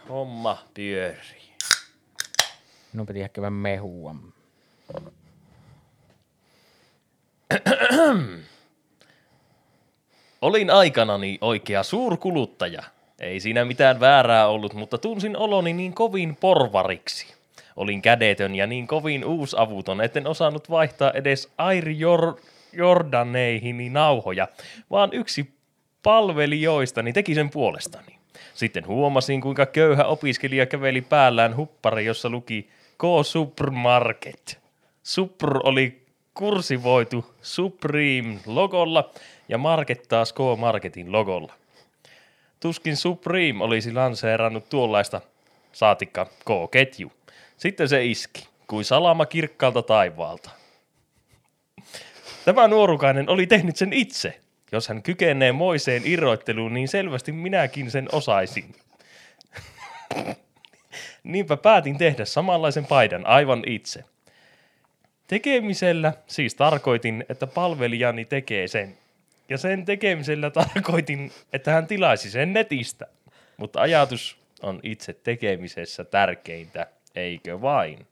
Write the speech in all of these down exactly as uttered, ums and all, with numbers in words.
homma pyörii. Minun piti ehkä vähän mehua. Olin aikanani oikea suurkuluttaja. Ei siinä mitään väärää ollut, mutta tunsin oloni niin kovin porvariksi. Olin kädetön ja niin kovin uusavuton, etten osannut vaihtaa edes Air Jor- Jordaneihini nauhoja, vaan yksi palvelijoistani teki sen puolestani. Sitten huomasin, kuinka köyhä opiskelija käveli päällään huppari, jossa luki K-Supermarket. Supr oli kursivoitu Supreme-logolla ja Market taas K-Marketin logolla. Tuskin Supreme olisi lanseerannut tuollaista saatikka K-ketju. Sitten se iski, kuin salama kirkkaalta taivaalta. Tämä nuorukainen oli tehnyt sen itse. Jos hän kykenee moiseen irroitteluun, niin selvästi minäkin sen osaisin. Niinpä päätin tehdä samanlaisen paidan aivan itse. Tekemisellä siis tarkoitin, että palvelijani tekee sen. Ja sen tekemisellä tarkoitin, että hän tilaisi sen netistä. Mutta ajatus on itse tekemisessä tärkeintä, eikö vain?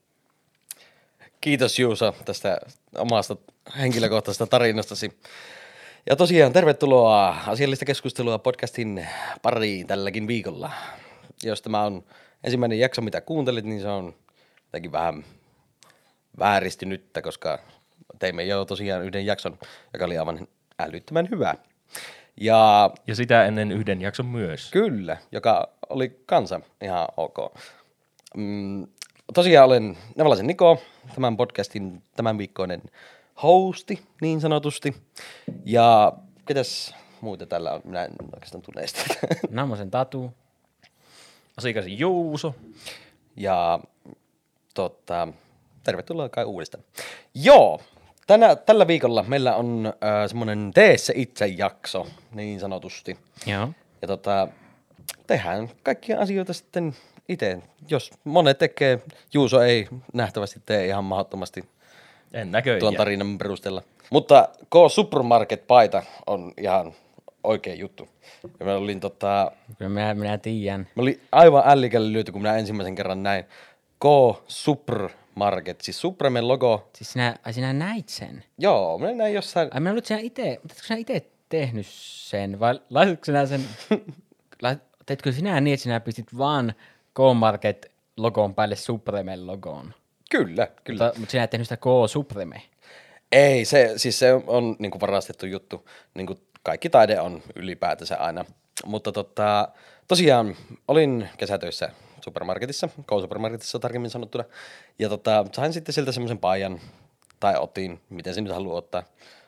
Kiitos Juuso tästä omasta henkilökohtaisesta tarinastasi. Ja tosiaan tervetuloa asiallista keskustelua podcastin pariin tälläkin viikolla. Jos tämä on ensimmäinen jakso, mitä kuuntelit, niin se on jotenkin vähän vääristynyttä, koska teimme jo tosiaan yhden jakson, joka oli aivan älyttömän hyvä. Ja, ja sitä ennen yhden jakson myös. Kyllä, joka oli kanssa ihan ok. Mm, tosiaan olen Nevalaisen Niko, tämän podcastin tämän viikkoinen hosti niin sanotusti. Ja ketäs muuta tällä on? Minä en oikeastaan tunne sitä. Nammosen Tatu. Asiakasi Juuso. Ja tota, tervetuloa kai uudestaan. Joo, tänä, tällä viikolla meillä on äh, semmoinen Tee se itse jakso niin sanotusti. Joo. Ja tota, tehdään kaikkia asioita sitten itse. Jos monet tekee, Juuso ei nähtävästi tee ihan mahdottomasti En näköjään. tuon tarinan perusteella. Mutta K-Supermarket-paita on ihan oikea juttu. Ja mä olin tota... Kyllä minä, minä tiedän. Mä olin aivan ällikälle lyöty, kun minä ensimmäisen kerran näin K-Supermarket, siis Supremen logo. Siis sinä, ai sinä näit sen? Joo, minä näin jossain... Ai minä luulen, että sinä ite, mutta oletko sinä itse tehnyt sen, vai laititko sinä sen, lait, teetkö sinä niin, että sinä pistit vaan K-Market logon päälle Supremen logoon? Kyllä, kyllä. Mutta, mutta sinä et tehnyt sitä K-Supreme. Ei, se, siis se on niinku varastettu juttu. Niinku kaikki taide on ylipäätänsä aina. Mutta tota, tosiaan olin kesätöissä supermarketissa, K-Supermarketissa tarkemmin sanottuna. Ja tota, sain sitten sieltä semmoisen paijan, tai otin, miten se nyt haluaa ottaa.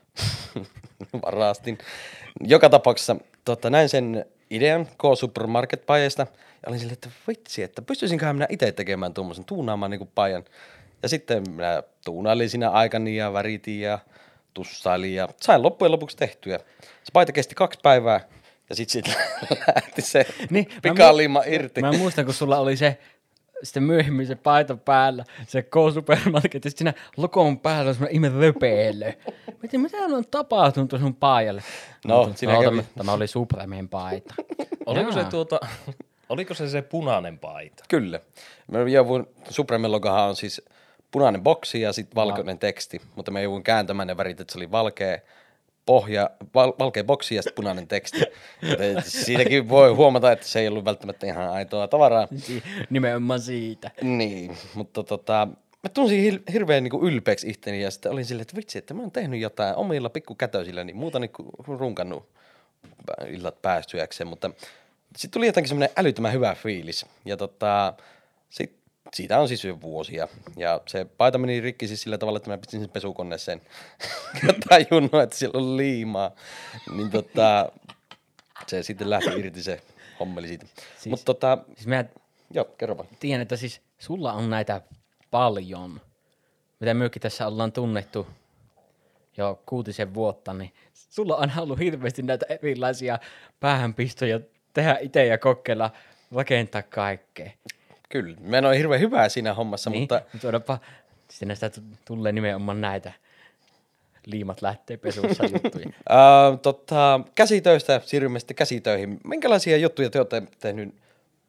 Varastin. Joka tapauksessa tota, näin sen idean K-Supermarket-paijasta. Ja olin silleen, että vitsi, että pystyisinköhän minä itse tekemään tuommoisen tuunaamaan niinku paijan. Ja sitten minä tuunailin siinä aikani ja väritin ja tussailin ja sain loppujen lopuksi tehtyä. Se paita kesti kaksi päivää ja sitten sit lähti se niin, pikaliima irti. Mä muistan, kun sulla oli se sitten myöhemmin se paita päällä, se K-Supermarket, ja siinä logon päällä on semmoinen ihme röpeilö. Mietin, mitä on tapahtunut tuossa sun paajalle? No, no siinä kävi. tämä, tämä oli Supremen paita. Oliko se, tuota, oliko se se punainen paita? Kyllä. Mä jouduin, Supremen logohan on siis punainen boksi ja sitten valkoinen teksti, mutta mä jouduin kääntämään ne värit, että se oli valkea pohja, val, valkea boksi ja sitten punainen teksti. Joten siitäkin voi huomata, että se ei ollut välttämättä ihan aitoa tavaraa. Nimenomaan siitä. Niin, mutta tota, mä tunsin hir- hirveän niin kuin ylpeäksi itteni ja sitten olin silleen, että vitsi, että mä oon tehnyt jotain omilla pikkukätöisillä, niin muuta niin runkannut illat päästyäkseen, mutta sitten tuli jotenkin semmoinen älyttömän hyvä fiilis ja tota, sit siitä on siis jo vuosia. Ja se paita meni rikki siis sillä tavalla, että mä pistin sen pesukoneeseen. Ja tajunnut, että siellä on liimaa. Niin tota, se sitten lähti irti se hommeli siitä. Siis, Mutta tota, siis mä joo, kerro vaan. tiedän, että siis sulla on näitä paljon. Mitä myöskin tässä ollaan tunnettu jo kuutisen vuotta, niin sulla on ollut hirveästi näitä erilaisia päähänpistoja tehdä itse ja kokeilla rakentaa kaikkea. Kyllä, mä en ole hirveän hyvää siinä hommassa, niin, mutta... mutta odotapa, sitten näistä tulee nimenomaan näitä liimat lähtee pesussa juttuja. uh, tota, käsitöistä siirrymme sitten käsitöihin. Minkälaisia juttuja te olette tehnyt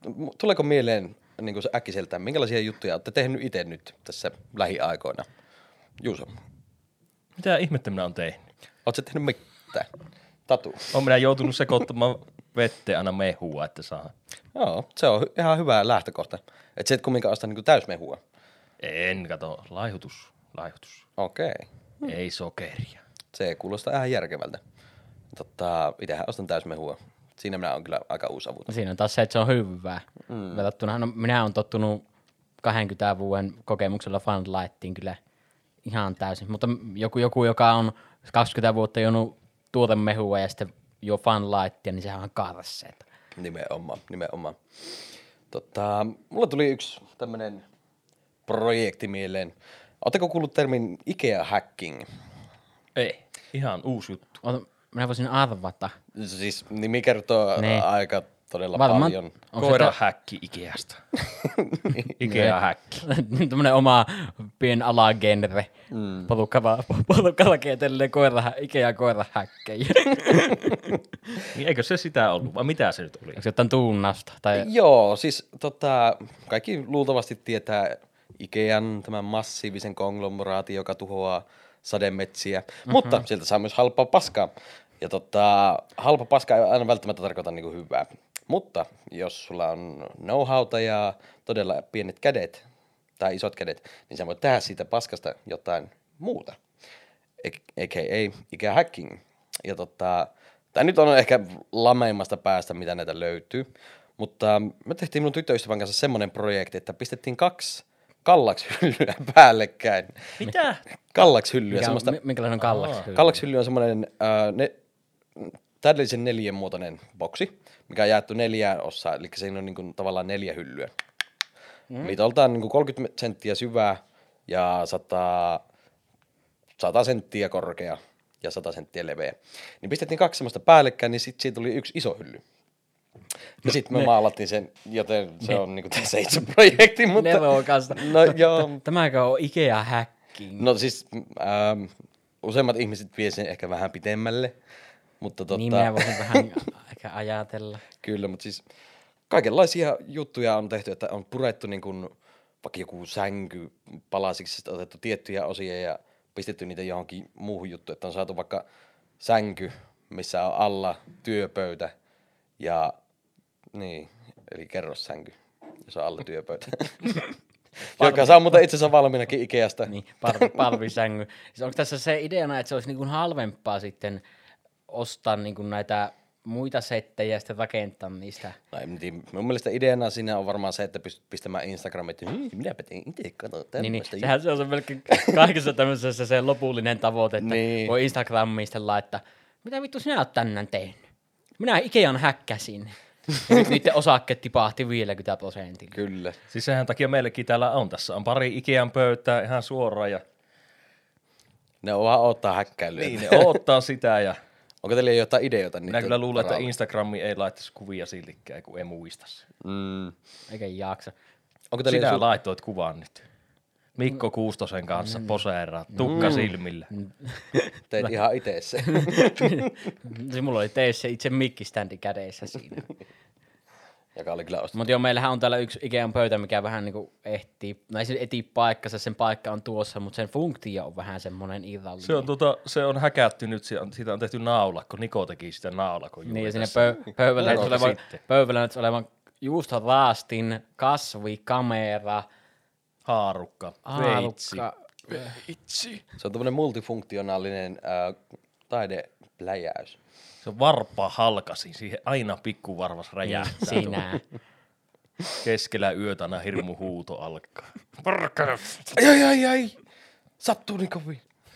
tuleeko mieleen niin kuin se äkkiseltään, minkälaisia juttuja olette tehnyt itse nyt tässä lähiaikoina? Juuso, Mitä ihmettä minä on tehnyt? ootko tehnyt mitään? Tatu. Olen minä joutunut sekoittamaan vetteen aina mehua, että saa. Joo, se on hy- ihan hyvä lähtökohta. Että se et kumminkaan osta niin täysmehua. En, kato, laihutus, laihutus. Okei. Okay. Ei sokeria. Se kuulostaa ihan järkevältä. Totta, itsehän ostan täysmehua. Siinä minä on kyllä aika uusi avuton. No siinä on taas se, että se on hyvää. Mm. Verrattuna, no minä olen tottunut kaksikymmentä vuoden kokemuksella Fun Lightiin kyllä ihan täysin. Mutta joku, joku joka on kaksikymmentä vuotta juonut tuotemehua ja sitten juo Fun Lightia, niin sehän on karseeta. Nimenomaan, nimenomaan. Totta, mulla tuli yksi tämmönen projekti mieleen. Oletteko kuullut termin Ikea hacking? Ei, ihan uusi juttu. Ota, minä voisin arvata. Siis nimi kertoo Niin. aika todella Varmaan- paljon. Onko Koira se häkki Ikeasta. Ikea häkki. Tämmönen oma pien alagenre. Mm. Porukalla, porukalla kietelee koira, Ikea koirahäkkejä. Niin eikö se sitä ollut, vai mitä se nyt oli? Onko se jotain tuunnausta? Tai... Joo, siis tota, kaikki luultavasti tietää Ikean tämän massiivisen konglomeraati, joka tuhoaa sademetsiä, mm-hmm. mutta sieltä saa myös halpaa paskaa. Ja tota, halpa paska ei aina välttämättä tarkoita niinku hyvää. Mutta jos sulla on know-howta ja todella pienet kädet tai isot kädet, niin sä voit tehdä siitä paskasta jotain muuta. A K A Ikea hacking. Ja tota, tää nyt on ehkä lameimmasta päästä, mitä näitä löytyy. Mutta me tehtiin mun tyttöystävän kanssa semmonen projekti, että pistettiin kaksi kallaksi-hyllyä päällekkäin. Mitä? Kallaksi-hyllyä. Mikä on, Semmoista, mi- minkälainen on kallaksi? kallaksi-hylly on semmoinen äh, ne, täydellisen neljän muotoinen boksi, mikä on jaettu neljään osaan, eli siinä on niin kuin, tavallaan neljä hyllyä. Mm. Mitoltaan niin kuin kolmekymmentä senttiä syvää ja sata, sata senttiä korkea ja sata senttiä leveä. Niin pistettiin kaksi semmoista päällekkäin, niin sitten siitä tuli yksi iso hylly. Ja sitten me ne. maalattiin sen, joten se ne. on niinku tässä itse projekti, mutta... Nerokasta. No joo. Tämäkö on Ikea hacking? No siis ähm, useimmat ihmiset vie sen ehkä vähän pitemmälle, mutta tota... Niin minä voisin vähän ehkä ajatella. Kyllä, mutta siis kaikenlaisia juttuja on tehty, että on purettu niin kuin vaikka joku sänky palasiksi, otettu tiettyjä osia ja pistetty niitä johonkin muuhun juttuun, että on saatu vaikka sänky, missä on alla työpöytä ja niin, eli kerrossänky, jos on alla työpöytä. Joka saa muuten itse asiassa valmiinakin Ikeasta. Niin, parvi, parvisängy. Siis onko tässä se ideana, että se olisi niin kuin halvempaa sitten ostaa niin kuin näitä muita settejä ja sitten rakentaa niistä? No, en tiedä. Mun mielestä ideana siinä on varmaan se, että pystyt pistämään Instagramiin, että hm, minäpä tein itse kato tämmöistä. Niin, niin. Sehän se on se melkein kaikessa tämmöisessä se lopullinen tavoite, että niin. voi Instagramiin sitten laittaa, mitä vittu sinä oot tänään tehnyt? Minä Ikean häkkäsin. Ja nyt niiden osakkeet tipahti viisikymmentä prosentilla. Kyllä. Siis sehän takia meillekin täällä on. Tässä on pari Ikean pöytää ihan suoraan ja Ne on vaan odottaa häkkäilyä. niin ne odottaa sitä ja Onko teillä jotain ideoita? minä kyllä luulen, että Instagrami ei laittaisi kuvia siltikään, kun ei muista se. Mm. Eikä jaksa. Onko teillä Sinä su- laittoit kuvan nyt. Mikko Kuustosen kanssa poseeraa, tukka silmillä. Teit ihan itse se. Se mulla oli teissä itse mikkiständi kädessä siinä. Joka oli kyllä ostettu. Mutta joo, meillähän on täällä yksi Ikean pöytä, mikä vähän niinku ehtii, no ei se eti paikkansa, sen paikka on tuossa, mutta sen funktio on vähän semmoinen irrallinen. Se on, tota, se on häkätty nyt, siitä on, siitä on tehty naulakko, Niko teki sitä naulakon juuri Niin, ja sinne tässä. pö- pöydällä Vuotta näyttäisi olevan, sitten. pöydällä näyttäisi olevan juustoraastin, kasvi, kamera, Haarukka, veitsi. haarukka. Veitsi. Se on tämmönen multifunktionaalinen äh, taidepläjäys. Se on varpa halkasi, siihen aina pikkuvarvas räjähtää. Sinä. Keskellä yötä aina hirmu huuto alkaa. Ai ai ai ai! Sattuu niin kovin.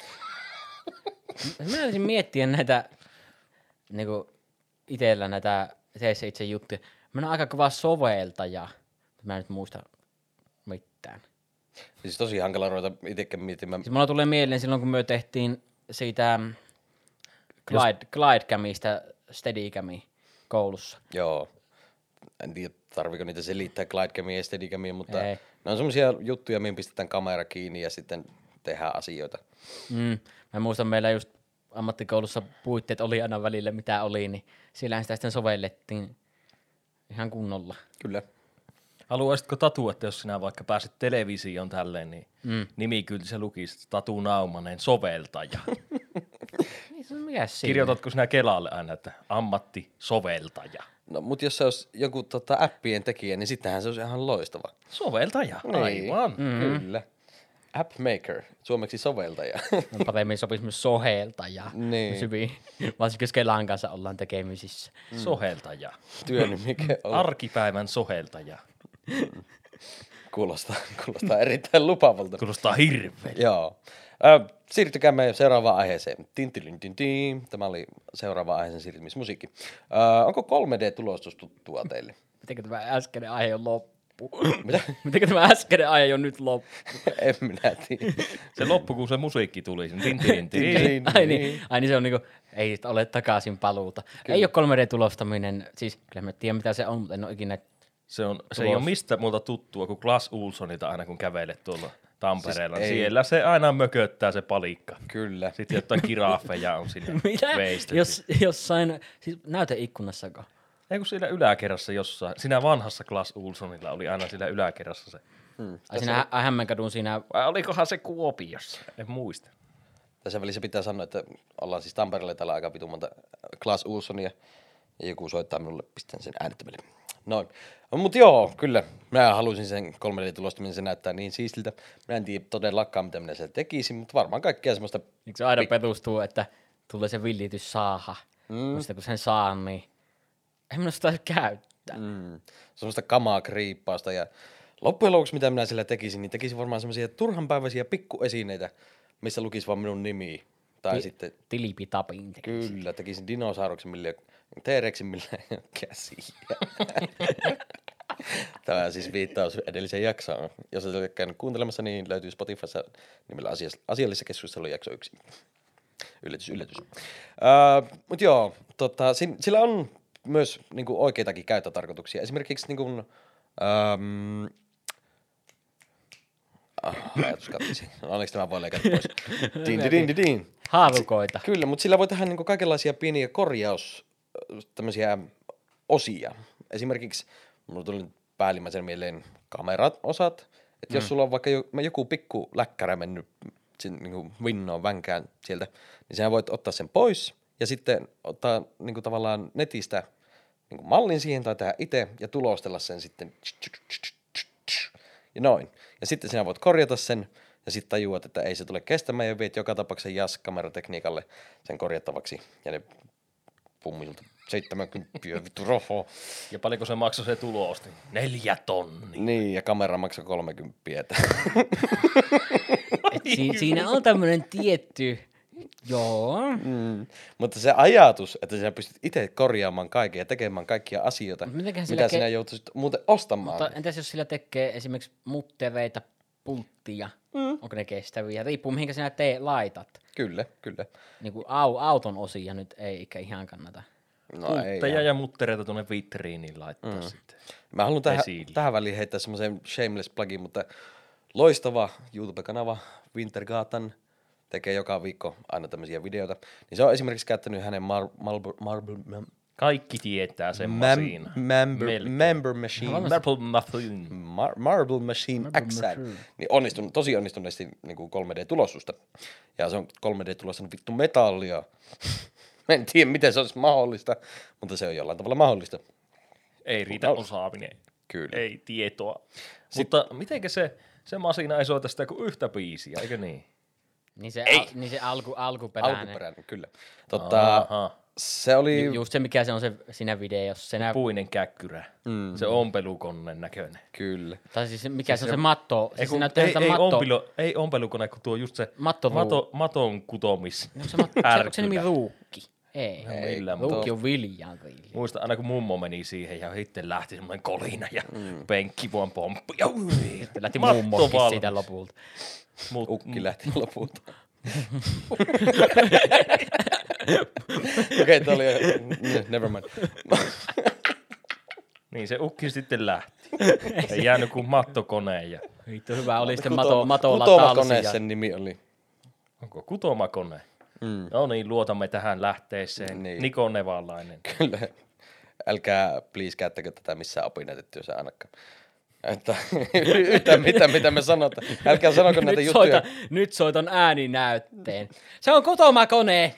Mä olisin miettiä näitä, niinku itellä näitä teissä itse juttuja. Mä oon aika kova soveltaja, mutta mä en nyt muista mitään. Siis tosi hankala ruveta itsekään miettimään. Siis mulla tulee mieleen silloin, kun me tehtiin siitä Glide, Glidecamista Steadicamia koulussa. Joo. En tiedä, tarviiko niitä selittää Glidecamia ja Steadicamia, mutta Ei. ne on semmosia juttuja, mihin pistetään kamera kiinni ja sitten tehdään asioita. Mm. Mä muistan, meillä just ammattikoulussa puitteet oli aina välillä mitä oli, niin siellähän sitä sitten sovellettiin ihan kunnolla. Kyllä. Haluaisitko tatua, että jos sinä vaikka pääset televisioon tälleen, niin mm. nimi kyllä se lukisi Tatu Naumanen soveltaja. Ei se on mikä siinä. Kirjoitatko sinä Kelalle aina, että ammattisoveltaja? No, mutta jos se olisi joku tota, appien tekijä, niin sittenhän se olisi ihan loistava. Soveltaja, Niin. aivan. Mm. Kyllä. App maker, suomeksi soveltaja. No, paremmin sopisi myös soheltaja. Niin. Hyvin. Varsinkin jos Kelan kanssa ollaan tekemisissä. Mm. Soheltaja. Työnimike on. Arkipäivän soheltaja. Kuulostaa, kuulostaa erittäin lupavalta. Kuulostaa hirveä. Joo. Äh, siirtykäämme seuraavaan aiheeseen. Tintilintintiin. Tämä oli seuraava aiheeseen siirtymismusiikki. Äh, onko kolme D-tulostus tuttua teille? Mitenkö tämä äskeinen aihe on loppu? Mitä? Mitenkö tämä äskeinen aihe on nyt loppu? En minä tiedä. Se loppu, kun se musiikki tuli. Tin, tin, tin. Tin. Ai niin, ai niin se on niinku, ei ole takaisin paluuta. Kyllä. Ei ole kolme D-tulostaminen, siis kyllä mä tiedän mitä se on, mutta en ole ikinä... Se, on, se ei ole mistä muuta tuttua kuin Glass Ulssonilta aina kun kävelet tuolla Tampereella. Siis siellä se aina mököttää se palikka. Kyllä. Sitten jotain kiraffeja on sinne Mitä? veistetty. Jos, jossain, siis näyteikkunassako? Ei kun siinä yläkerrassa jossain, siinä vanhassa Glass Ulssonilla oli aina siinä yläkerrassa se. Hmm. Ai siinä oli... Hämeenkadun siinä... Vai olikohan se Kuopiossa? En muista. Tässä välissä pitää sanoa, että ollaan siis Tampereella täällä aika vitu monta Glass Ulssonia. Ja joku soittaa minulle, pistän sen äänettömille. Noin. Mutta joo, kyllä. Mä halusin sen kolme D-tulostaminen, se näyttää niin siistiltä. Mä en tiedä todellakaan, mitä minä siellä tekisin, mutta varmaan kaikkea semmoista... Eikö se aina Pik- perustuu, että tulee se villitys saaha. Mm. Sitten kun sen saa, niin en minä sitä käyttää. Mm. Semmoista kamaa kriippausta ja loppujen lopuksi, mitä minä siellä tekisin, niin tekisin varmaan semmoisia turhanpäiväisiä pikkuesineitä, missä lukisi vaan minun nimi. Tai Ti- sitten... Tilipitapin tekisin. Kyllä, tekisin dinosauruksen, millä T-rexin, millä ei ole käsiä. Tämä siis viittaus edelliseen jaksoon. Jos et ole käynyt kuuntelemassa, niin löytyy Spotifyssa nimellä asias- asiallisessa keskustelussa jakso yksi. Yllätys, yllätys. Uh, Mutta joo, tota, sin, sillä on myös niinku, oikeitakin käyttötarkoituksia. Esimerkiksi niinku, um, ah, ajatus katkesi. Onneksi tämä voi leikata pois. Din, din, din, din. Haarukoita. Kyllä, mutta sillä voi tehdä niinku kaikenlaisia pieniä korjaus tämmöisiä osia. Esimerkiksi mulla tuli päällimmäisen mieleen kamerat osat. Että mm. jos sulla on vaikka joku pikku läkkärä mennyt niin vinnoon vänkään sieltä, niin sinä voit ottaa sen pois ja sitten ottaa niin kuin tavallaan netistä niin kuin mallin siihen tai tehdä itse ja tulostella sen sitten ja noin. Ja sitten sinä voit korjata sen ja sitten tajuat, että ei se tule kestämään ja viet joka tapauksessa J A S-kameratekniikalle sen korjattavaksi ja ne pummilta seitsemänkymmentä vittu roho. Ja paljonko se maksoi se tulosti? Neljä tonnia. Niin, ja kamera maksoi kolmekymmentä. Et si- siinä on tämmönen tietty, joo. Mm. Mutta se ajatus, että sinä pystyt itse korjaamaan kaiken ja tekemään kaikkia asioita, Mitenköhän mitä sillä sinä ke- joutuisit muuten ostamaan. Mutta entäs jos sillä tekee esimerkiksi muttereita, pulttia, mm. onko ne kestäviä? Riippuu mihinkä sinä te laitat. Kyllä, kyllä. Niin kuin au- auton osia nyt ei eikä ihan kannata. No Pultteja ja muttereita tuonne vitriiniin laittaa mm. sitten. Mä haluan tähän, Esille. tähän väliin heittää semmoisen shameless plugin, mutta loistava YouTube-kanava Wintergatan tekee joka viikko aina tämmöisiä videoita. Niin se on esimerkiksi käyttänyt hänen Mar- Marble... Marble Kaikki tietää sen Mam- masiin. member, member Machine. Marble Machine. Mar- Marble Machine Marble X. Machine. Niin onnistunut, tosi onnistuneesti niin kuin kolme D-tulostusta. Ja se on kolme D-tulostanut vittu metallia. Mä en tiedä, miten se olisi mahdollista, mutta se on jollain tavalla mahdollista. Ei riitä osaaminen. Kyllä. Ei tietoa. Mutta mitenkä se, se masina ei soita sitä kuin yhtä biisiä, eikö niin? Niin se, al- niin se alku, alkuperäinen. Alkuperäinen, kyllä. Tota, Aha. se oli... Ju- just se, mikä se on se siinä videossa. Se nä- Puinen käkkyrä. Mm. Se ompelukoneen näköinen. Kyllä. tai siis se, mikä se on se matto. Ei, Siis kun, se näyttää ei, siltä ei, matto. ompelu, ei ompelukone, kun tuo just se Mattoruu- mato, maton kutomis. Onko se, mat- se, onko se nimi Ruukki? Ei. Ei, millään, Ruukki mutta on Viljan. muista aina kun mummo meni siihen ja sitten lähti semmoinen kolina ja mm. penkki vaan pomppi. Ja ui, Sitten lähti matto mummokin valmis. siitä lopulta. Mut, Ukki lähti lopulta. Okei, okay, toi oli... Never mind. Niin se ukki sitten lähti. Ei jäänyt kuin mattokoneen. Ja... Vittu hyvä oli sitten Kuto- mato, matolla Kutomakone talsi. Ja... sen nimi oli. Onko kutomakone? Mm. No niin, luotamme tähän lähteeseen. Niin. Niko Nevalainen. Kyllä. Älkää please käyttäkö tätä missään opinnäytetyössä ainakaan. Että yhtään mitä, mitä me sanotaan. Älkää sanoko näitä nyt, juttuja. soitan, nyt soitan ääninäytteen. Se on kotomakone.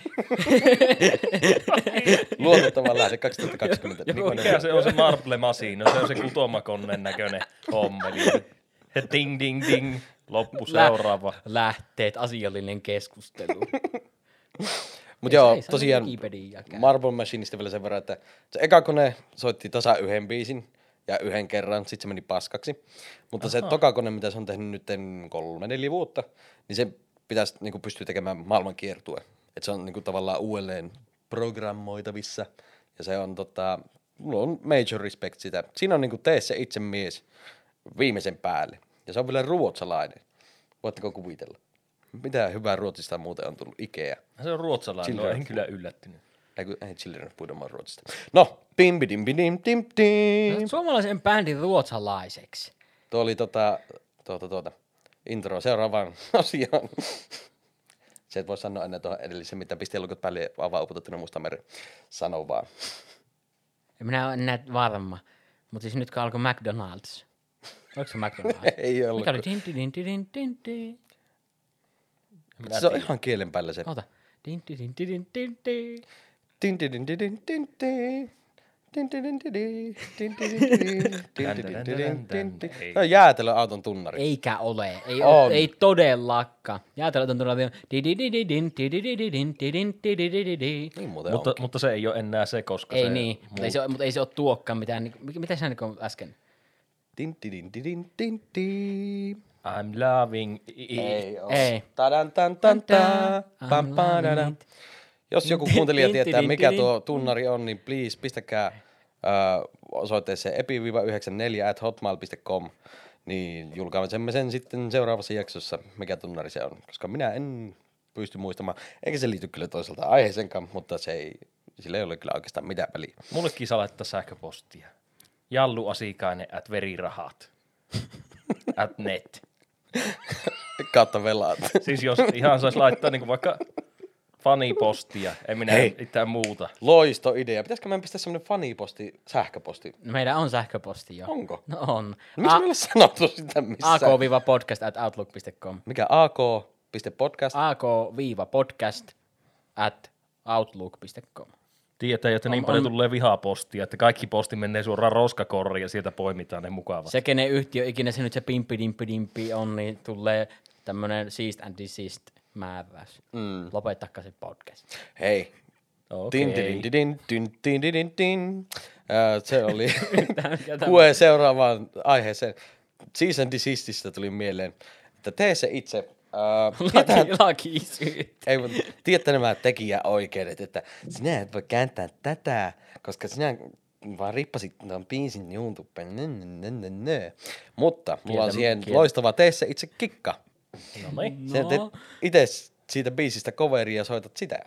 Luotettava lähde kaksituhattakaksikymmentä. Joku, mikä se on se Marble Machine? No, se on se kutomakonnen näköinen hommeli. Ding, ding, ding. Loppu seuraava. Lähteet, asiallinen keskustelu. Mutta joo, Ei, se on tosiaan Wikipediakään. Marble Machineista vielä sen verran, että se eka kone soitti tasa yhden biisin ja yhden kerran, sitten se meni paskaksi. Mutta Aha. se toka kone, mitä se on tehnyt nyt kolme, neljä vuotta, niin se pitäisi niinku pystyä tekemään maailman kiertue. Että se on niinku tavallaan uudelleen programmoitavissa ja se on tota, mulla on major respect sitä. Siinä on niinku tee se itse mies viimeisen päälle ja se on vielä ruotsalainen. Voitteko kuvitella? Mitä hyvää Ruotsista muuten on tullut Ikea? Se on ruotsalainen, no, en kyllä yllättynyt. Ei, ei Children of Bodom on Ruotsista. No, bim bidim bidim dim dim. Suomalaisen bändin ruotsalaiseksi. Tuo oli tota, tuota, tuota, intro seuraavaan asiaan. Se et voi sanoa ennen tuohon edellisen, mitä pistelukot päälle avaa upotettuna Mustameren. Sano vaan. Minä en näe varma. Mutta siis nyt kun alkoi McDonald's. Oliko se McDonald's? Ei ollut. Mikä oli? Din, din, din, din, din, din. Se on ihan kielen päällä se. Ota. Din, din, din, din, din, din. Din, din, din, din, din, din, din. Din, din, din, din, din, din, din, din, din, din, din, din, din. Se on jäätelöauton tunnari. Eikä ole. Ei, On. ole, ei todellakaan. Jäätelötön tunnari on. Di, di, di, di, din, di, di, di, di, din, di, din, di, di, di, di, di. Niin muuten Mutta, onkin. mutta se ei ole enää se, koska Ei se niin, mutta ei, se, ole- mutta ei se ole tuokkaan mitään. Niin, mikä- mitä sä niin äsken? Din, din, din, din, din, din. I'm loving it. Ei oo. Ei. Tadan tan tan ta. Pam padadam. Jos joku kuuntelija tietää, mikä tuo tunnari on, niin please pistäkää ö, osoitteeseen epi yhdeksänkymmentäneljä at hotmail piste com, niin julkaisemme sen sitten seuraavassa jaksossa, mikä tunnari se on, koska minä en pysty muistamaan, eikä se liity kyllä toisaalta aiheeseenkaan, mutta se ei, sillä ei ole kyllä oikeastaan mitään väliä. Mullekin saa laittaa sähköpostia. Jallu Asikainen at verirahat. At net. Kautta velaat. Siis jos ihan saisi laittaa niinku vaikka fanipostia, en minä Hei. mitään muuta. Loisto idea. Pitäisikö meidän pistää semmoinen faniposti, sähköposti? Meidän on sähköposti jo. Onko? No on. No, miksi me ei ole sanottu sitä missään? ak-podcast at outlook piste com. Mikä ak.podcast? ak-podcast at outlook piste com. Tiedetään, että niin On- paljon on- tulee vihapostia, että kaikki posti menee suoraan roskakoriin ja sieltä poimitaan ne mukavasti. Se, kenen yhtiö ikinä se nyt se pimpi dimpi dimpi on, niin tulee tämmönen ceased and desist määräys. Mm. Lopettakaa se podcast. Hei. Okei. Din, din, din, din, din, din, din, din, din. Äh, se oli Mikä tämä- kue seuraavaan aiheeseen. Season Desististä tuli mieleen, että tee se itse. Äh, tietää, Laki, laki syyt. ei, mutta tiedätte nämä tekijäoikeudet, että sinä et voi kääntää tätä, koska sinä vaan rippasit tämän biisin YouTubeen. Nö, nö, nö, nö. Mutta mulla on Kieltä- siihen kieltä. loistava tee se itse kikka. No niin. Sinä teet itse siitä biisistä coveria ja soitat sitä.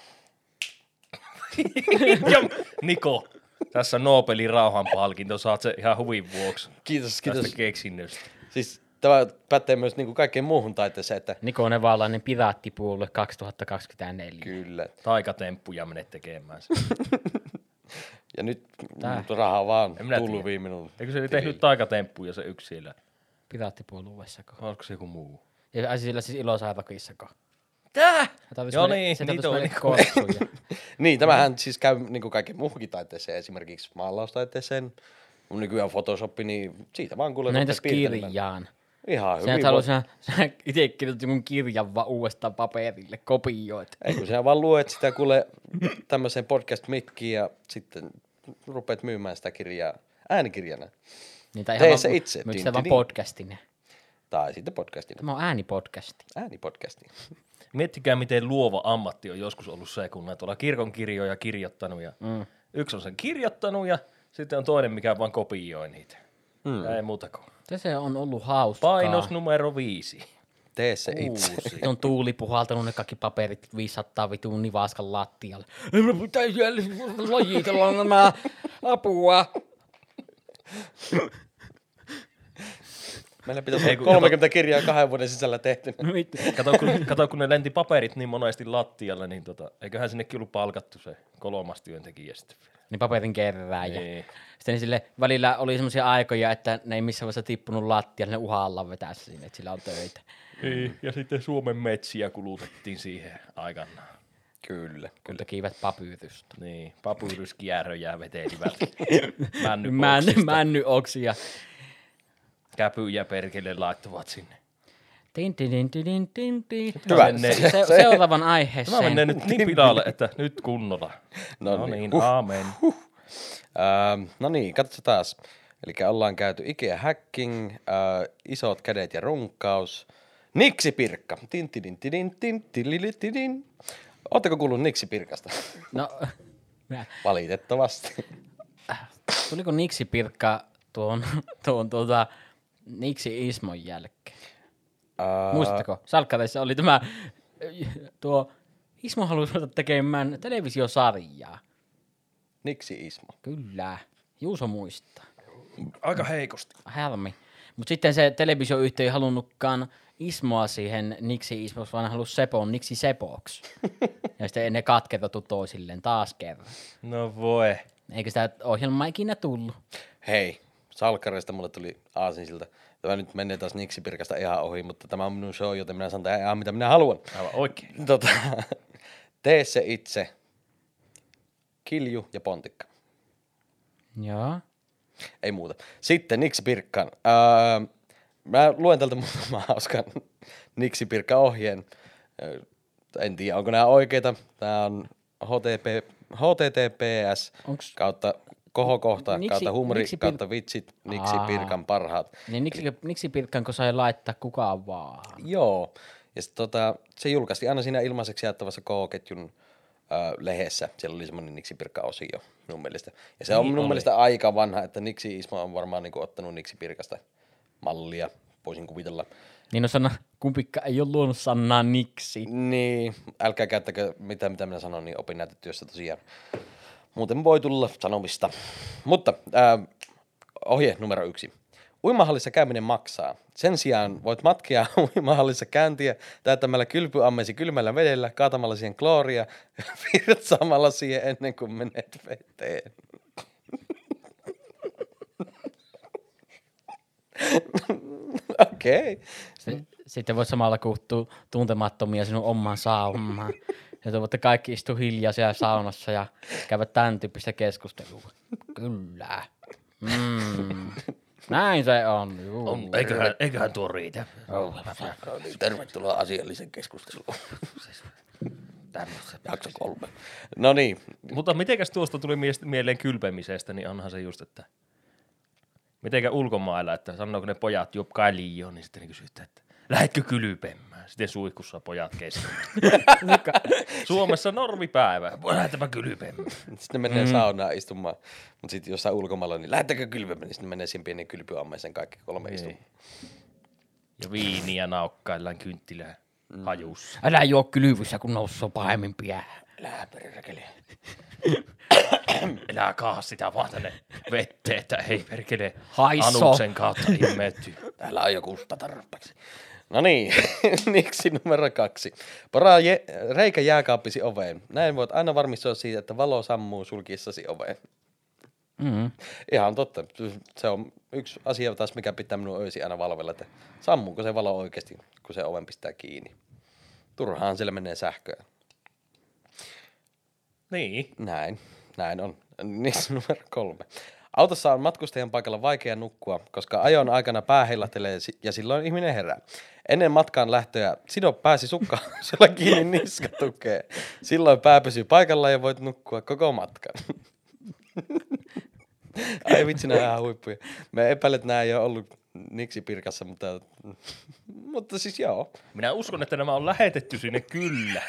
Ja Niko, tässä on Nobelin rauhanpalkinto, saat se ihan huvin vuoksi Kiitos, kiitos. tästä keksinnöstä. Siis tämä pätee myös niinku kaikkeen muuhun taiteeseen, että Niko Nevalainen Piraattipuolue kaksituhattakaksikymmentäneljä. kyllä. Taikatemppuja mene tekemään se. Ja nyt Tää. nyt rahaa vaan En minä tullut tiedä. minun. Eikö se tehnyt taikatemppuja se yksi siellä? Piraattipuolueessako? Vai onko se joku muu? Ja ai sillä siis Ilosaarokissako? Tää? Se tarvitsisi Joo mennä- niin, se niitä tarvitsisi on mennä niinku- kortsuun ja- Niin, tämähän siis käy niinku kaiken muuhunkin taiteeseen, esimerkiksi maalaustaiteeseen. Mun nykyään Photoshop, niin siitä vaan kuulee. No entäs rupeaa piirtelemään. kirjaan? Ihan Sinä hyvin. haluat, Voi... sinä, sinä itse kirjoitat jonkun kirjan vaan uudestaan paperille, kopioit. Ei kun sinä vaan luet sitä kuule tämmöiseen podcast-mikkiin ja sitten rupeat myymään sitä kirjaa äänikirjana. Niin, tai Tee ihan se vaan- itse. myyt Din, sitä vaan din, din. podcastina. Tai sitten podcastina. Tämä on äänipodcasti. Äänipodcasti. Miettikää, miten luova ammatti on joskus ollut se, kun näitä ollaan kirkon kirjoja kirjoittanut. Ja Mm. yksi on sen kirjoittanut ja sitten on toinen, mikä vaan kopioi niitä. Mm. Ja ei muuta kuin. Se on ollut hauskaa. Painos numero viisi. Tee se itse. Uusi. On tuuli puhaltanut ne kaikki paperit viisisataa vitun nivaskan lattialle. Ei me pitäisi lajitella nämä apua. Meillä pitäisi olla kolmekymmentä kirjaa kahden vuoden sisällä tehty. No vittu. Kato kun, kato, kun ne lenti paperit niin monesti lattialle, niin tota, eiköhän sinnekin ollut palkattu se kolmas työntekijä sitten. Niin paperin kerään. Ja Niin. sitten sille välillä oli semmoisia aikoja, että ne ei missään vaiheessa tippunut lattialle, ne uhalla vetäisi sinne, että sillä on töitä. Niin, ja sitten Suomen metsiä kulutettiin siihen aikanaan. Kyllä. Kun tekivät papyyrystä. Niin, papyryskierröjä vetelivät. Männy, Männypoksista. männyoksia. Käpyjä perkele laittuvat sinne. Tin, tin, tin, tin, tin, tin. Hyvä. Menee- Se, seuraavan aiheeseen. Tämä menee nyt niin pilalle, että nyt kunnolla. No No niin. niin, Huh. aamen. Ähm, no niin, katso taas. Eli ollaan käyty Ikea hacking, äh, isot kädet ja runkkaus. Niksi Pirkka. Tin, tin, tin, tin, tin, tilili, tidin. Ootteko kuullut Niksi Pirkasta? No, mä- Valitettavasti. tuliko Niksi Pirkka tuon, tuon tuota, Niksi Ismon jälkeen? Äh, Muistatteko? Salkkareissa oli tämä, tuo Ismo halusi ruveta tekemään televisiosarjaa. Niksi Ismo. Kyllä, Juuso muistaa. Aika heikosti. Harmi. Mutta sitten se televisioyhtiö ei halunnutkaan Ismoa siihen Niksi Ismoksi, vaan halusi Sepon Niksi Sepoksi. Ja sitten ne katkerotu toisilleen taas kerran. No voi. Eikö sitä ohjelmaa ikinä tullut? Hei, salkkareista mulle tuli aasinsilta. Tämä nyt menee taas Niksi Pirkasta ihan ohi, mutta tämä on minun show, joten minä sanon tähän ihan mitä minä haluan. Aivan oikein. Tota, tee se itse. Kilju ja pontikka. Joo. Ei muuta. Sitten Niksi Pirkkaan. Öö, mä luen tältä muutaman hauskan Niksi Pirkka-ohjeen. Öö, en tiedä, onko nämä oikeita. Tämä on H T P, H T T P S Onks- kautta kohokohta Niksi- kautta huumori Niksi Pir- kautta vitsit Niksi Aa. Pirkan parhaat. Niin Niksi, Niksi Pirkkanko sai laittaa kukaan vaan? Joo. Ja sit, tota, se julkaistiin aina siinä ilmaiseksi jaettavassa K-ketjun ö, lehdessä. Siellä oli semmoinen Niksi Pirkka-osio minun mielestä. Ja se on Niin minun oli. mielestä aika vanha, että Niksi Ismo on varmaan niinku ottanut Niksi Pirkasta mallia, voisin kuvitella. Niin on sana, kumpikka ei ole luonut sanaa Niksi. Niin, älkää käyttäkö mitä, mitä minä sanon, niin opin näitä työssä tosiaan. Muuten voi tulla sanomista. Mutta ää, ohje numero yksi. Uimahallissa käyminen maksaa. Sen sijaan voit matkia uimahallissa käyntiä täyttämällä kylpyammesi kylmällä vedellä, kaatamalla siihen klooria ja virtsaamalla siihen ennen kuin menet veteen. Okei. Okay. S- Sitten voit samalla kuuttua tuntemattomia sinun omaan saunaan. Ja te voitte kaikki istua hiljaa siellä saunassa ja käydä tämän tyyppistä keskustelua. Kyllä. Mm. Näin se on. Juu. On, eiköhän, eiköhän tuo riitä. Tervetuloa asiallisen keskusteluun. Tämmöistä. Jakso kolme. No niin, Mutta mitenkäs tuosta tuli mies- mieleen kylpemisestä, niin onhan se just, että mitenkä ulkomailla, että sanooko ne pojat juop kaljioon, niin sitten ne kysytään, että lähetkö kylpemään? Sitten suihkussa pojat kesken. Suomessa normipäivä. Lähdetäpä kylpemään. sitten menee mm. saunaan istumaan, mutta sitten jossain ulkomailla, niin lähdetäänkö kylpemään, niin sitten menee siihen pienen kylpyammeeseen kaikki kolme Niin. istumaan. Ja viiniä naukkaillaan kynttilää mm. hajussa. Älä juo kylvyssä, kun noussuu pahemmin piää. Älä perkele. Elää kaa sitä vaan tänne vetteen, että ei perkele Haisso. anuksen kautta imeytyy. Täällä on joku tarpeeksi. No niin, niksi numero kaksi. Poraa je- reikä jääkaappisi oveen. Näin voit aina varmistua siitä, että valo sammuu sulkiessasi oveen. Mm. Ihan totta. Se on yksi asia taas, mikä pitää minun öisin aina valvella, että sammuuko se valo oikeasti, kun se oven pistää kiinni. Turhaan siellä menee sähköä. Niin. Näin, näin on. Niissä numero kolme. Autossa on matkustajan paikalla vaikea nukkua, koska ajon aikana pää heilahtelee si- ja silloin ihminen herää. Ennen matkaan lähtöä sido pääsi sukkaan, sulla kiinni niska tukee. Silloin pää pysyy paikalla ja voit nukkua koko matkan. Ai vitsi, nämä ihan huippuja. Me epäilen, että nämä ei ole ollut Niksi Pirkassa, mutta, mutta siis joo. Minä uskon, että nämä on lähetetty sinne kyllä.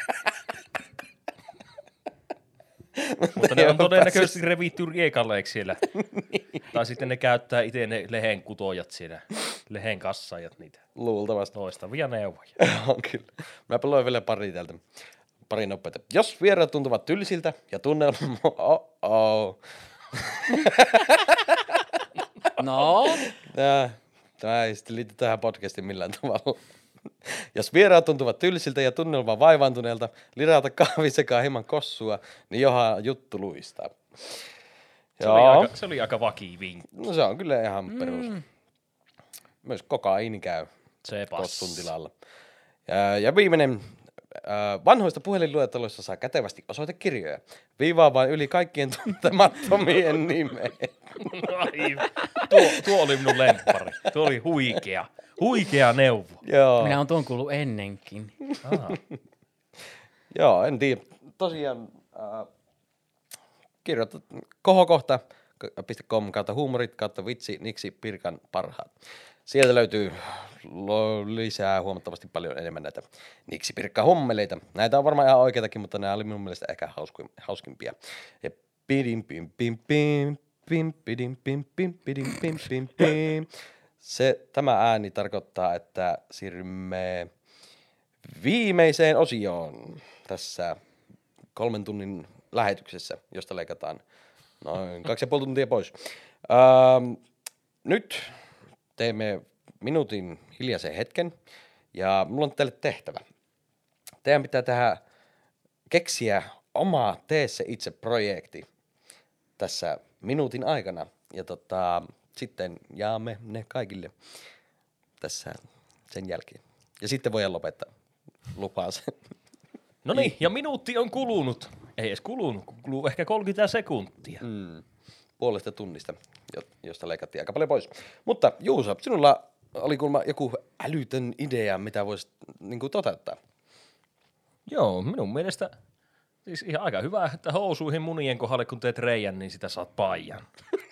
Mutta ne ei on ole todennäköisesti päässyt- revitty riekaleiksi siellä. niin. Tai sitten ne käyttää itse ne lehen kutojat siellä. Lehen kassaajat niitä. Luultavasti. Loistavia neuvoja. On kyllä. Mä luen vielä pari täältä. Pari nopeita. Jos vieraat tuntuvat tylsiltä ja tunnelma... Oh, oh. No, Tää, Tämä ei sitten liity tähän podcastiin millään tavalla. Jos vieraat tuntuvat tylsiltä ja tunnelma vaivaantuneelta, lirauta kahvi sekaan hieman kossua, niin johan juttu luistaa. Se oli, aika, se oli aika vakivinkki. No se on kyllä ihan mm. perus. Myös kokaiini käy Se kossun tilalla. Ja, ja viimeinen. Vanhoista puhelinluetteloista saa kätevästi osoitekirjoja. Viivaa vain yli kaikkien tuntemattomien nimeä. Ai, tuo, tuo oli minun lemppari. Tuo oli huikea. Huikea neuvo. Joo. Minä olen tuon kuullut ennenkin. Joo, en tiedä. Tosiaan äh, kirjoitat kohokohta piste com kautta huumorit kautta vitsi niksi pirkan parhaat. Sieltä löytyy lisää huomattavasti paljon enemmän näitä niksi pirkka hommeleita. Näitä on varmaan ihan oikeitakin, mutta nämä oli minun mielestä ehkä hauskimpia. Ja pidim pim pim pim pim pidim pim pim pidim pim pim pim. Se, tämä ääni tarkoittaa, että siirrymme viimeiseen osioon tässä kolmen tunnin lähetyksessä, josta leikataan noin kaksi ja puoli tuntia pois. Ähm, nyt teemme minuutin hiljaisen hetken ja mulla on teille tehtävä. Teidän pitää tehdä, keksiä oma tee se itse projekti tässä minuutin aikana ja tota, sitten jaamme ne kaikille tässä sen jälkeen. Ja sitten voidaan lopettaa. Lupaan sen. No niin, ja minuutti on kulunut. Ei edes kulunut, kuluu ehkä kolmekymmentä sekuntia. Mm, puolesta tunnista, josta leikattiin aika paljon pois. Mutta Juuso, sinulla oli kuulemma joku älytön idea, mitä voisi niin kuin toteuttaa. Joo, minun mielestä siis ihan aika hyvä, että housuihin munien kohdalle, kun teet reijän, niin sitä saat paijan.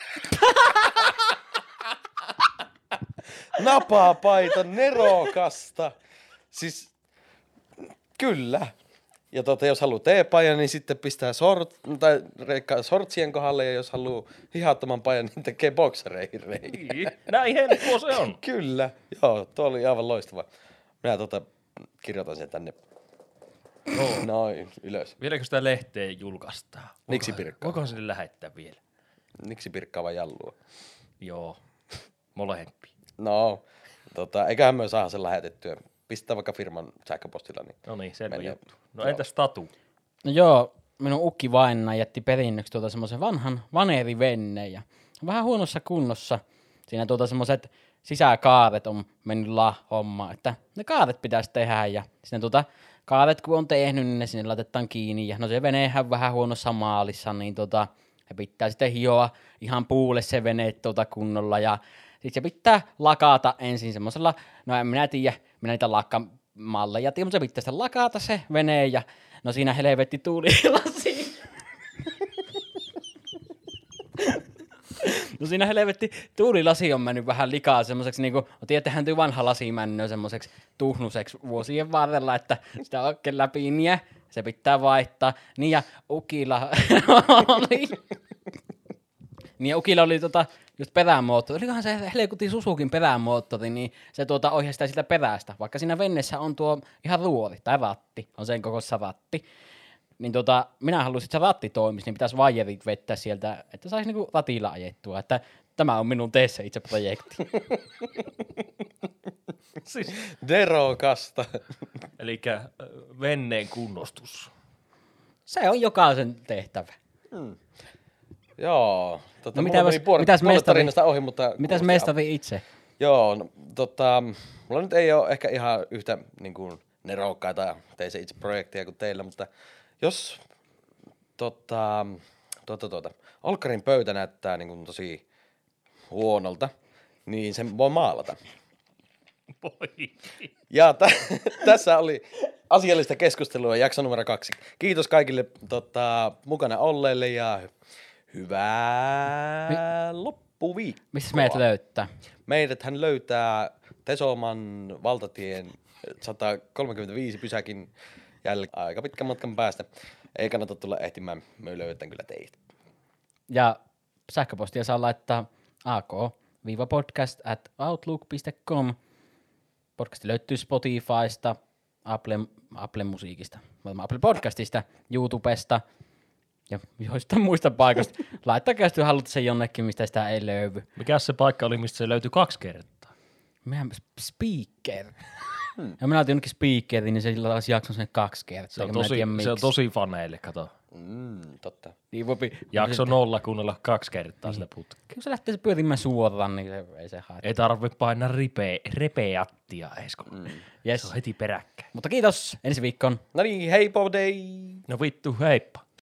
Napaa paita, nerokasta. Siis kyllä. Ja tuota, jos haluaa teepajan, niin sitten pistää sort, tai reikkaa sortsien kohdalle, ja jos haluaa hihattoman pajan, niin tekee boksereihin reihin. Niin, näin helppoa se on. Kyllä, joo, tuo oli aivan loistava. Minä tuota, kirjoitan sen tänne. Oh. Noin, ylös. Vieläkö sitä lehteä julkaistaan? Niksi pirkkaa? Voiko sinne lähettää vielä? Niksi pirkkaa vai jallua? Joo, molempi. No, tota, eiköhän me saada sen lähetettyä. Pistää vaikka firman sähköpostilla. Niin no niin, selvä menee. juttu. No entäs Tatu? No joo, minun ukki vainna jätti perinnöksi tuota semmoisen vanhan vaneerivenneen ja vähän huonossa kunnossa. Siinä tuota semmoiset sisäkaaret on mennyt lahommaan, että ne kaaret pitäisi tehdä ja siinä tuota kaaret kun on tehnyt, niin ne sinne laitetaan kiinni ja no se venehän vähän huonossa maalissa, niin tota he pitää sitten hioa ihan puulle se vene tuota kunnolla ja sitten se pitää lakata ensin semmoisella, no en minä tiedä, minä niitä lakkamalleja tiedä, mutta se pitää sitten lakata se vene ja no siinä helvetti tuulilasi. No siinä helvetti tuulilasi on mennyt vähän likaa semmoiseksi niinku, no tiedättehän tyy vanha lasi mennyt semmoiseksi tuhnuseksi vuosien varrella, että sitä oikein läpi nie, se pitää vaihtaa. Niin ja ukilla oli, niin ja ukilla oli tota just perämoottori, olikohan se helkutin Suzukin perämoottori, niin se tuota ohjaa sitä sitä perästä, vaikka siinä vennessä on tuo ihan ruori tai ratti, on sen kokossa ratti. Niin tota, minä haluaisin, että se ratti toimisi, niin pitäisi vaijerit vettää sieltä, että saisi niinku ratilla ajettua, että tämä on minun teessä itse projekti. Siis, nerokasta. elikkä venneen kunnostus. Se on jokaisen tehtävä. Hmm. Joo. Tota, No mulla mitäs- meni puolet, mitäs puolet mestari- tarinasta ohi, mutta... Mitäs mestari itse? Joo, no, tota, mulla nyt ei ole ehkä ihan yhtä niin kuin, nerokkaita tee se itse projekteja kuin teillä, mutta jos tota, tuota, tuota, olkkarin pöytä näyttää niin kuin, tosi huonolta, niin sen voi maalata. Voi. Ja t- tässä oli asiallista keskustelua jakso numero kaksi. Kiitos kaikille tota, mukana olleille ja hyvää Mi- loppuviikkoa. Missä meidät löytää? Meidät hän löytää Tesoman valtatien sata kolmekymmentäviisi pysäkin jälkeen aika pitkän matkan päästä. Ei kannata tulla ehtimään, me löydetään kyllä teitä. Ja sähköpostia saa laittaa ak-podcast at outlook piste com. Podcasti löytyy Spotifysta, Apple, Apple Musiikista, Apple Podcastista, YouTubesta ja joistain muista paikoista. Laittakaa, jos haluatte sen jonnekin, mistä sitä ei löydy. Mikäs se paikka oli, mistä se löytyi kaksi kertaa? Mehän speaker. Hmm. Ja minä otin jonnekin speakerin, niin se sillä taas jakson sen kaksi kertaa. Se on, tosi, se on tosi faneille, kato. Mm, totta. Niin voipi, Jakso nolla kuunnella kaksi kertaa niin. Sitä putkea. Kun se lähtee se pyörimään suoraan, niin se, ei se haittaa. Ei tarvitse painaa ripe, repeattia edes, kun mm. Yes. se on heti peräkkäin. Mutta kiitos ensi viikkoon. No niin, hei Bob Day! No vittu, heippa.